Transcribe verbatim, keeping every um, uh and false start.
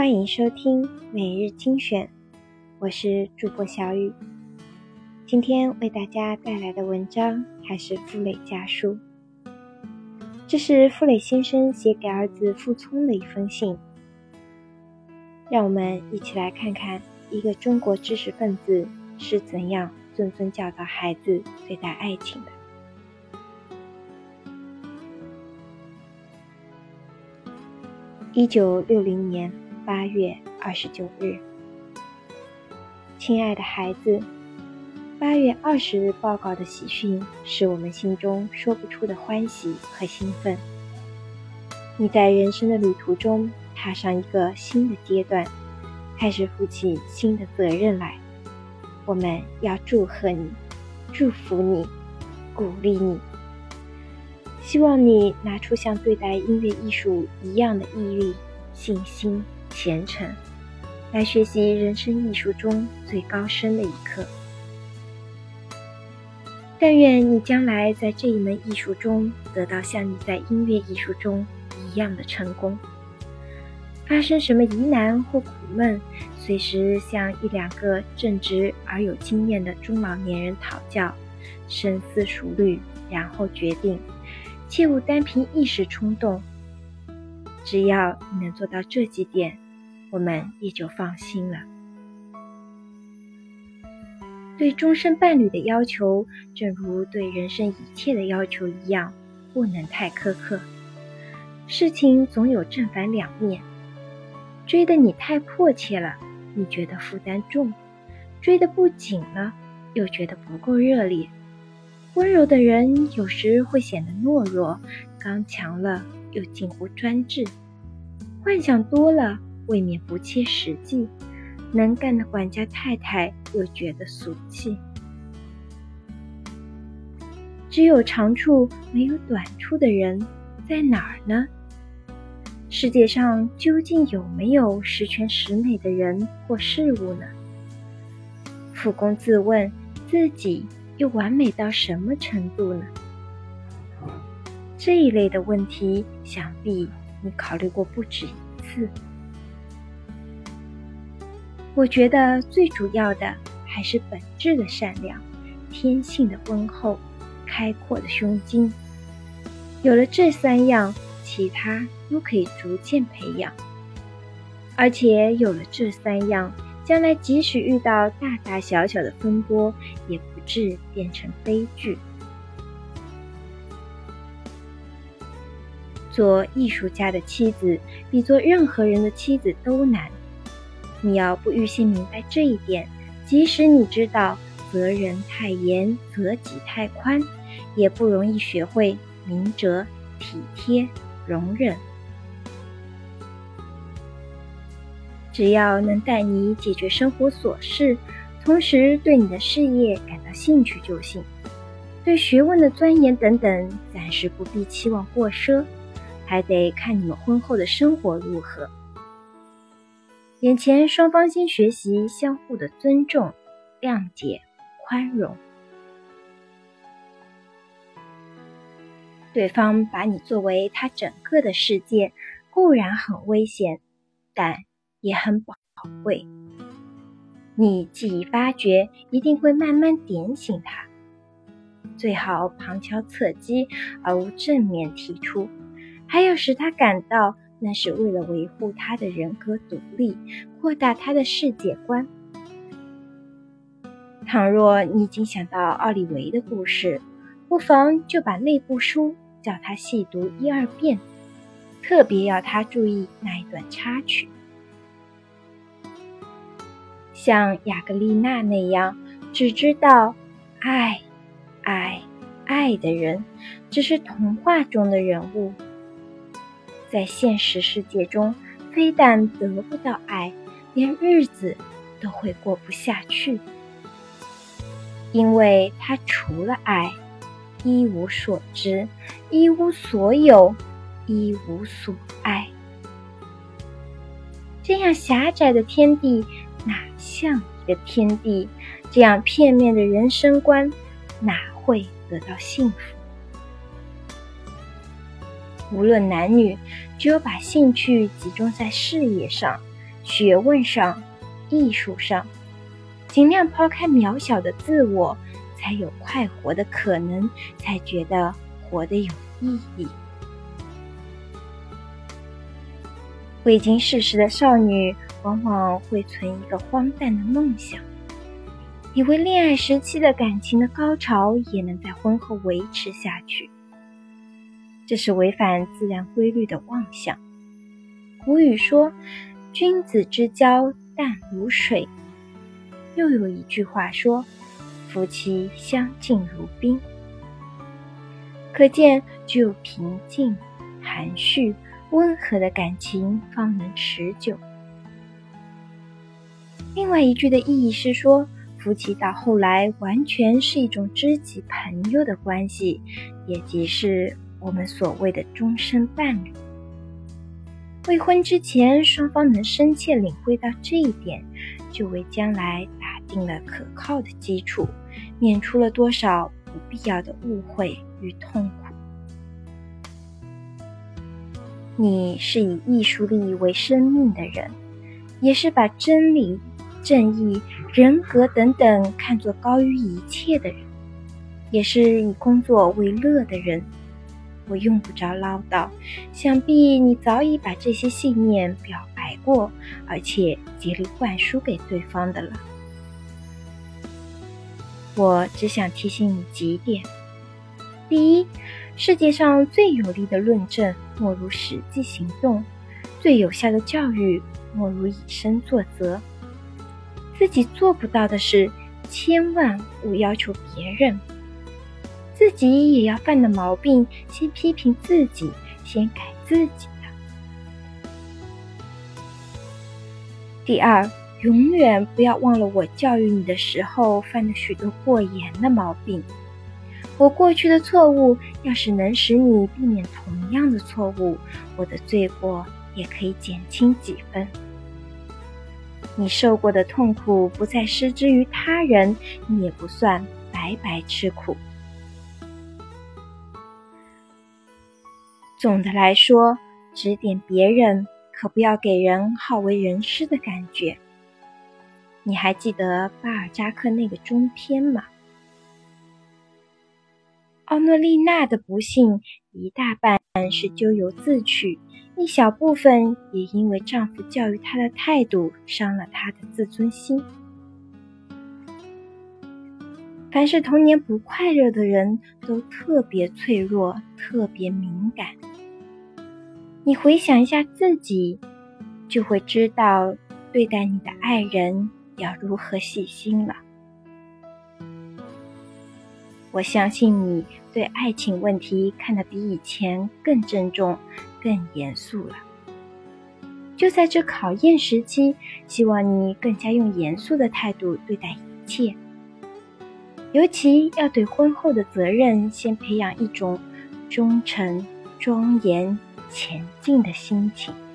欢迎收听每日精选，我是主播小雨。今天为大家带来的文章还是傅磊家书。这是傅磊先生写给儿子傅聪的一封信。让我们一起来看看一个中国知识分子是怎样谆谆教导孩子对待爱情的。一九六零年八月二十九日，亲爱的孩子，八月二十日报告的喜讯使我们心中说不出的欢喜和兴奋。你在人生的旅途中踏上一个新的阶段，开始负起新的责任来。我们要祝贺你，祝福你，鼓励你。希望你拿出像对待音乐艺术一样的毅力、信心、虔诚，来学习人生艺术中最高深的一课。但愿你将来在这一门艺术中得到像你在音乐艺术中一样的成功。发生什么疑难或苦闷，随时向一两个正直而有经验的中老年人讨教，深思熟虑，然后决定，切勿单凭一时冲动。只要你能做到这几点，我们也就放心了。对终身伴侣的要求，正如对人生一切的要求一样，不能太苛刻。事情总有正反两面，追得你太迫切了，你觉得负担重；追得不紧了，又觉得不够热烈。温柔的人有时会显得懦弱，刚强了又近乎专制，幻想多了未免不切实际，能干的管家太太又觉得俗气。只有长处没有短处的人在哪儿呢？世界上究竟有没有十全十美的人或事物呢？复躬自问，自己又完美到什么程度呢？这一类的问题，想必你考虑过不止一次。我觉得最主要的还是本质的善良，天性的温厚，开阔的胸襟。有了这三样，其他都可以逐渐培养。而且有了这三样，将来即使遇到大大小小的风波，也不至变成悲剧。做艺术家的妻子比做任何人的妻子都难。你要不预先明白这一点，即使你知道责人太严，责己太宽，也不容易学会明哲、体贴、容忍。只要能带你解决生活琐事，同时对你的事业感到兴趣就行。对学问的钻研等等，暂时不必期望过奢，还得看你们婚后的生活如何。眼前双方先学习相互的尊重、谅解、宽容。对方把你作为他整个的世界，固然很危险，但也很宝贵。你既已发觉，一定会慢慢点醒他。最好旁敲侧击，而无正面提出，还要使他感到那是为了维护他的人格独立，扩大他的世界观。倘若你已经想到奥利维的故事，不妨就把那部书叫他细读一二遍，特别要他注意那一段插曲。像雅各丽娜那样只知道爱爱爱的人，只是童话中的人物。在现实世界中，非但得不到爱，连日子都会过不下去，因为他除了爱，一无所知，一无所有，一无所爱。这样狭窄的天地，哪像一个天地？这样片面的人生观，哪会得到幸福？无论男女，只有把兴趣集中在事业上， 学问上、艺术上，尽量抛开渺小的自我，才有快活的可能，才觉得活得有意义。未经世事的少女往往会存一个荒诞的梦想，以为恋爱时期的感情的高潮也能在婚后维持下去，这是违反自然规律的妄想。古语说君子之交淡如水，又有一句话说夫妻相敬如宾。可见只有平静、含蓄、温和的感情方能持久。另外一句的意义是说，夫妻到后来完全是一种知己朋友的关系，也即是我们所谓的终身伴侣。未婚之前，双方能深切领会到这一点，就为将来打定了可靠的基础，免除了多少不必要的误会与痛苦。你是以艺术力为生命的人，也是把真理、正义、人格等等看作高于一切的人，也是以工作为乐的人。我用不着唠叨，想必你早已把这些信念表白过，而且竭力灌输给对方的了。我只想提醒你几点。第一，世界上最有力的论证莫如实际行动，最有效的教育莫如以身作则。自己做不到的事，千万勿要求别人。自己也要犯的毛病，先批评自己，先改自己的。第二，永远不要忘了我教育你的时候犯了许多过严的毛病。我过去的错误，要是能使你避免同样的错误，我的罪过也可以减轻几分。你受过的痛苦不再施之于他人，你也不算白白吃苦。总的来说，指点别人可不要给人好为人师的感觉。你还记得巴尔扎克那个中篇吗？奥诺丽娜的不幸一大半是咎由自取，一小部分也因为丈夫教育她的态度伤了她的自尊心。凡是童年不快乐的人都特别脆弱，特别敏感。你回想一下自己，就会知道对待你的爱人要如何细心了。我相信你对爱情问题看得比以前更郑重、更严肃了。就在这考验时期，希望你更加用严肃的态度对待一切。尤其要对婚后的责任先培养一种忠诚、庄严、前进的心情。